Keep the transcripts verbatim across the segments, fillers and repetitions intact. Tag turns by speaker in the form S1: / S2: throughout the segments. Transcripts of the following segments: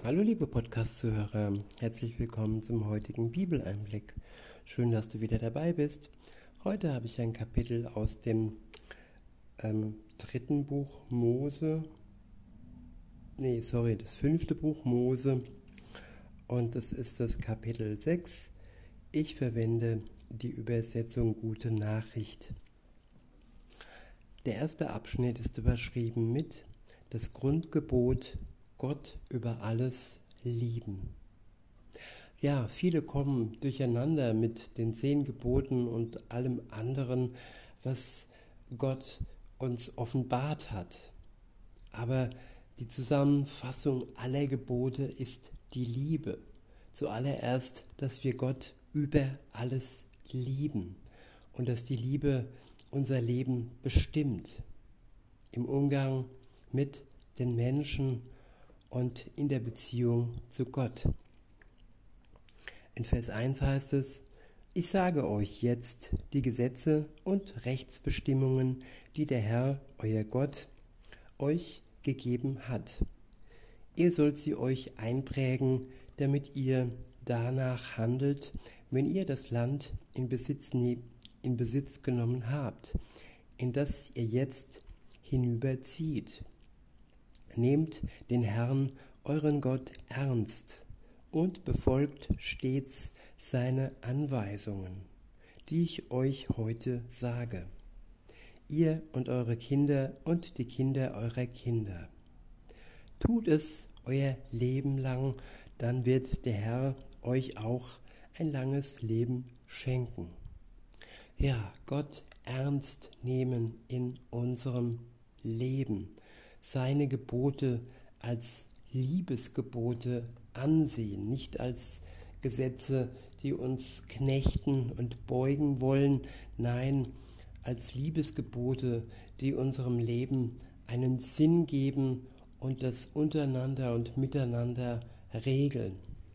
S1: Hallo liebe Podcast-Zuhörer, herzlich willkommen zum heutigen Bibeleinblick. Schön, dass du wieder dabei bist. Heute habe ich ein Kapitel aus dem ähm, dritten Buch Mose, nee, sorry, das fünfte Buch Mose und es ist das Kapitel sechs. Ich verwende die Übersetzung Gute Nachricht. Der erste Abschnitt ist überschrieben mit das Grundgebot Gott über alles lieben. Ja, viele kommen durcheinander mit den zehn Geboten und allem anderen, was Gott uns offenbart hat. Aber die Zusammenfassung aller Gebote ist die Liebe. Zuallererst, dass wir Gott über alles lieben und dass die Liebe unser Leben bestimmt. Im Umgang mit den Menschen und in der Beziehung zu Gott. In Vers eins heißt es: Ich sage euch jetzt die Gesetze und Rechtsbestimmungen, die der Herr, euer Gott, euch gegeben hat. Ihr sollt sie euch einprägen, damit ihr danach handelt, wenn ihr das Land in Besitz, in Besitz genommen habt, in das ihr jetzt hinüberzieht. Nehmt den Herrn, euren Gott, ernst und befolgt stets seine Anweisungen, die ich euch heute sage, ihr und eure Kinder und die Kinder eurer Kinder. Tut es euer Leben lang, dann wird der Herr euch auch ein langes Leben schenken. Ja, Gott ernst nehmen in unserem Leben. Seine Gebote als Liebesgebote ansehen, nicht als Gesetze, die uns knechten und beugen wollen, nein, als Liebesgebote, die unserem Leben einen Sinn geben und das untereinander und miteinander regeln.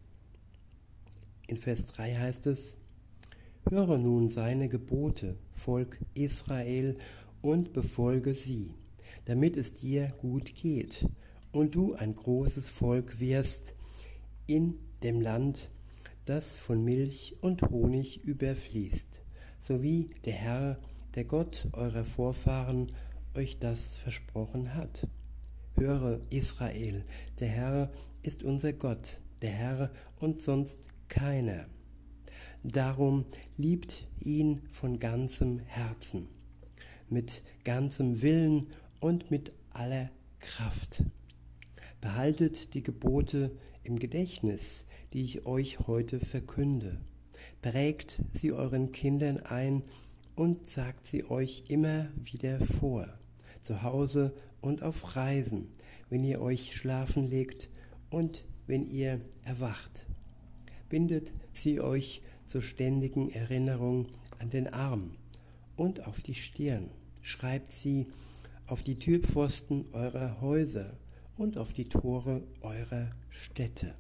S1: In Vers drei heißt es: Höre nun seine Gebote, Volk Israel, und befolge sie, damit es dir gut geht und du ein großes Volk wirst in dem Land, das von Milch und Honig überfließt, so wie der Herr, der Gott eurer Vorfahren, euch das versprochen hat. Höre, Israel, der Herr ist unser Gott, der Herr und sonst keiner. Darum liebt ihn von ganzem Herzen, mit ganzem Willen und mit aller Kraft. Behaltet die Gebote im Gedächtnis, die ich euch heute verkünde. Prägt sie euren Kindern ein und sagt sie euch immer wieder vor, zu Hause und auf Reisen, wenn ihr euch schlafen legt und wenn ihr erwacht. Bindet sie euch zur ständigen Erinnerung an den Arm und auf die Stirn. Schreibt sie auf die Türpfosten eurer Häuser und auf die Tore eurer Städte.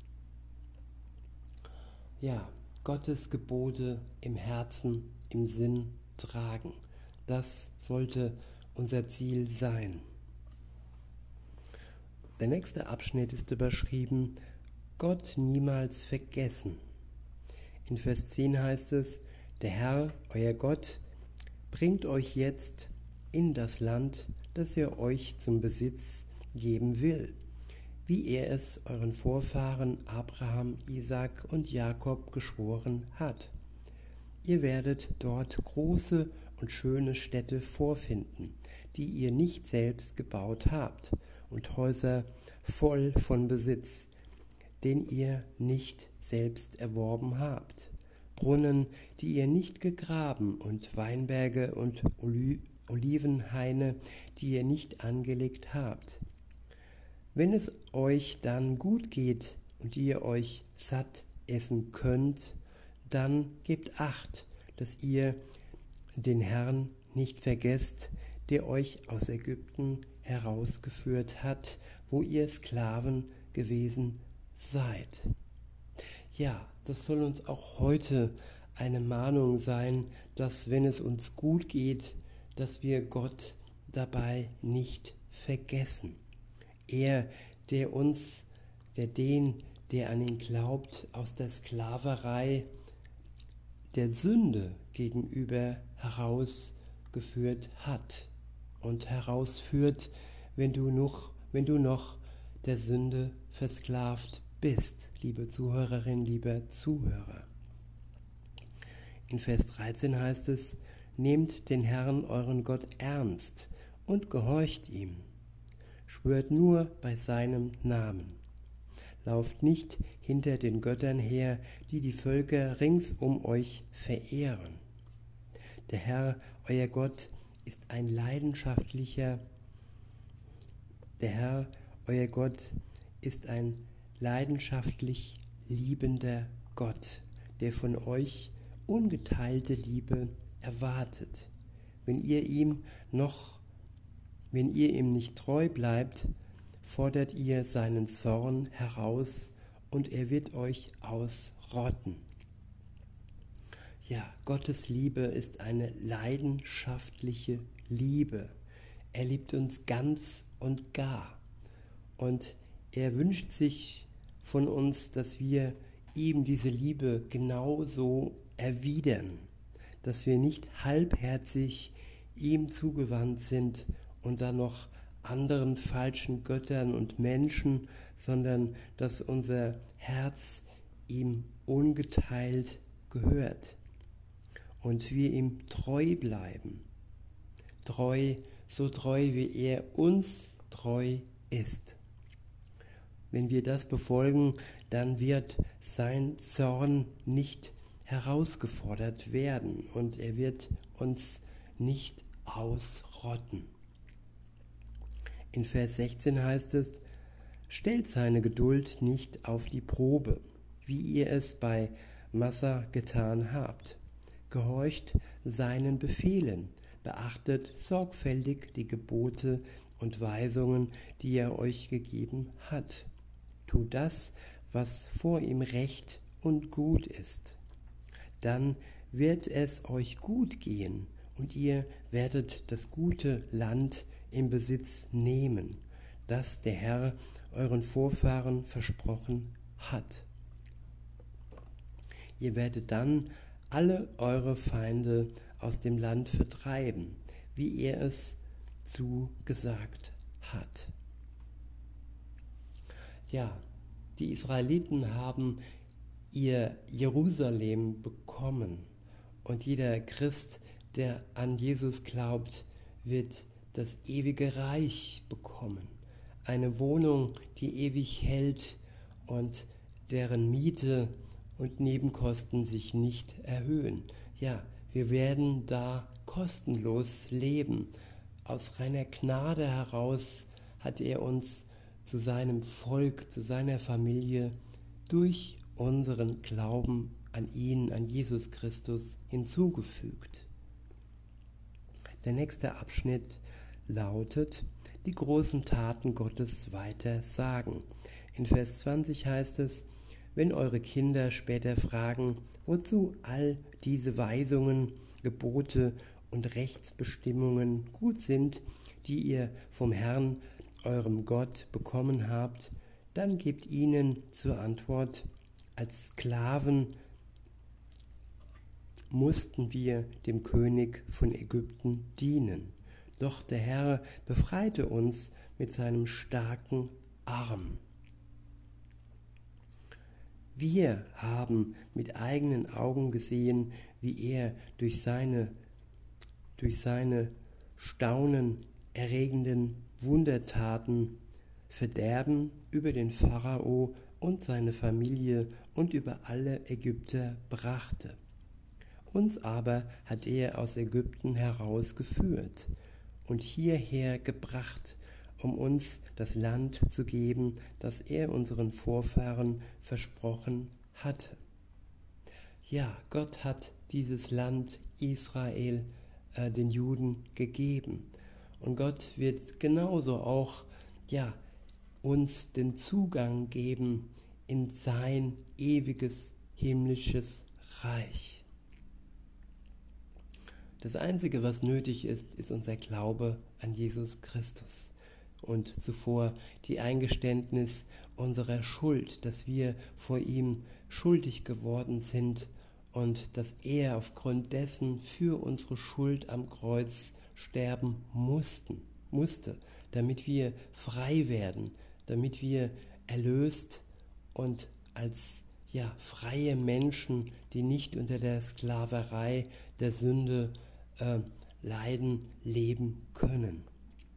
S1: Ja, Gottes Gebote im Herzen, im Sinn tragen. Das sollte unser Ziel sein. Der nächste Abschnitt ist überschrieben: Gott niemals vergessen. In Vers zehn heißt es: Der Herr, euer Gott, bringt euch jetzt in das Land, das er euch zum Besitz geben will, wie er es euren Vorfahren Abraham, Isaak und Jakob geschworen hat. Ihr werdet dort große und schöne Städte vorfinden, die ihr nicht selbst gebaut habt, und Häuser voll von Besitz, den ihr nicht selbst erworben habt, Brunnen, die ihr nicht gegraben, und Weinberge und Oli- Olivenhaine, die ihr nicht angelegt habt. Wenn es euch dann gut geht und ihr euch satt essen könnt, dann gebt Acht, dass ihr den Herrn nicht vergesst, der euch aus Ägypten herausgeführt hat, wo ihr Sklaven gewesen seid. Ja, das soll uns auch heute eine Mahnung sein, dass, wenn es uns gut geht, dass wir Gott dabei nicht vergessen. Er, der uns der den, der an ihn glaubt, aus der Sklaverei der Sünde gegenüber herausgeführt hat und herausführt, wenn du noch, wenn du noch der Sünde versklavt bist, liebe Zuhörerin, lieber Zuhörer. In Vers dreizehn heißt es: Nehmt den Herrn, euren Gott, ernst und gehorcht ihm. Schwört nur bei seinem Namen. Lauft nicht hinter den Göttern her, die die Völker rings um euch verehren. Der Herr, euer Gott, ist ein leidenschaftlicher, der Herr, euer Gott, ist ein leidenschaftlich liebender Gott, der von euch ungeteilte Liebe erwartet. Wenn ihr ihm noch, wenn ihr ihm nicht treu bleibt, fordert ihr seinen Zorn heraus und er wird euch ausrotten. Ja, Gottes Liebe ist eine leidenschaftliche Liebe. Er liebt uns ganz und gar und er wünscht sich von uns, dass wir ihm diese Liebe genauso erwidern, dass wir nicht halbherzig ihm zugewandt sind und dann noch anderen falschen Göttern und Menschen, sondern dass unser Herz ihm ungeteilt gehört und wir ihm treu bleiben. Treu, so treu wie er uns treu ist. Wenn wir das befolgen, dann wird sein Zorn nicht herausgefordert werden und er wird uns nicht ausrotten. In Vers sechzehn heißt es: Stellt seine Geduld nicht auf die Probe, wie ihr es bei Massa getan habt. Gehorcht seinen Befehlen, beachtet sorgfältig die Gebote und Weisungen, die er euch gegeben hat. Tut das, was vor ihm recht und gut ist. Dann wird es euch gut gehen und ihr werdet das gute Land im Besitz nehmen, das der Herr euren Vorfahren versprochen hat. Ihr werdet dann alle eure Feinde aus dem Land vertreiben, wie er es zugesagt hat. Ja, die Israeliten haben ihr Jerusalem bekommen und jeder Christ, der an Jesus glaubt, wird das ewige Reich bekommen. Eine Wohnung, die ewig hält und deren Miete und Nebenkosten sich nicht erhöhen. Ja, wir werden da kostenlos leben. Aus reiner Gnade heraus hat er uns zu seinem Volk, zu seiner Familie durch unseren Glauben an ihn, an Jesus Christus hinzugefügt. Der nächste Abschnitt lautet: die großen Taten Gottes weiter sagen. In Vers zwanzig heißt es: Wenn eure Kinder später fragen, wozu all diese Weisungen, Gebote und Rechtsbestimmungen gut sind, die ihr vom Herrn, eurem Gott, bekommen habt, dann gebt ihnen zur Antwort: Als Sklaven mussten wir dem König von Ägypten dienen. Doch der Herr befreite uns mit seinem starken Arm. Wir haben mit eigenen Augen gesehen, wie er durch seine, durch seine staunenerregenden Wundertaten Verderben über den Pharao und seine Familie und über alle Ägypter brachte. Uns aber hat er aus Ägypten herausgeführt und hierher gebracht, um uns das Land zu geben, das er unseren Vorfahren versprochen hatte. Ja, Gott hat dieses Land Israel äh, den Juden gegeben. Und Gott wird genauso auch ja, uns den Zugang geben in sein ewiges himmlisches Reich. Das Einzige, was nötig ist, ist unser Glaube an Jesus Christus und zuvor die Eingeständnis unserer Schuld, dass wir vor ihm schuldig geworden sind und dass er aufgrund dessen für unsere Schuld am Kreuz sterben mussten, musste, damit wir frei werden, damit wir erlöst und als ja, freie Menschen, die nicht unter der Sklaverei der Sünde äh, leiden, leben können.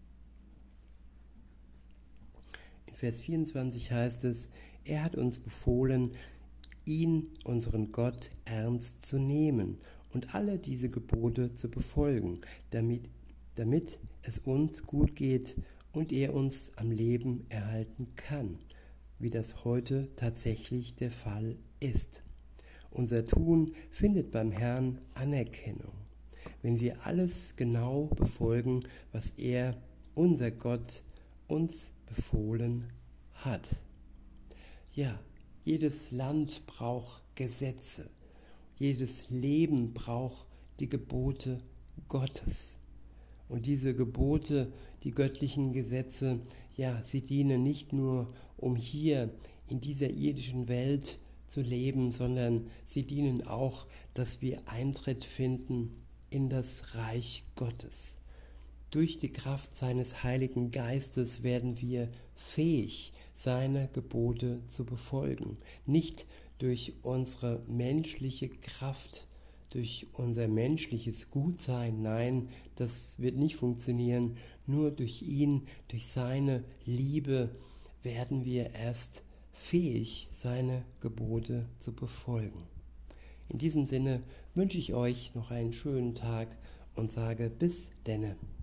S1: In Vers vierundzwanzig heißt es, er hat uns befohlen, ihn, unseren Gott, ernst zu nehmen und alle diese Gebote zu befolgen, damit, damit es uns gut geht und er uns am Leben erhalten kann, wie das heute tatsächlich der Fall ist. Unser Tun findet beim Herrn Anerkennung, wenn wir alles genau befolgen, was er, unser Gott, uns befohlen hat. Ja, jedes Land braucht Gesetze, jedes Leben braucht die Gebote Gottes. Und diese Gebote, die göttlichen Gesetze, ja, sie dienen nicht nur, um hier in dieser irdischen Welt zu leben, sondern sie dienen auch, dass wir Eintritt finden in das Reich Gottes. Durch die Kraft seines Heiligen Geistes werden wir fähig, seine Gebote zu befolgen. Nicht durch unsere menschliche Kraft, durch unser menschliches Gutsein, nein, das wird nicht funktionieren. Nur durch ihn, durch seine Liebe werden wir erst fähig, seine Gebote zu befolgen. In diesem Sinne wünsche ich euch noch einen schönen Tag und sage bis denne.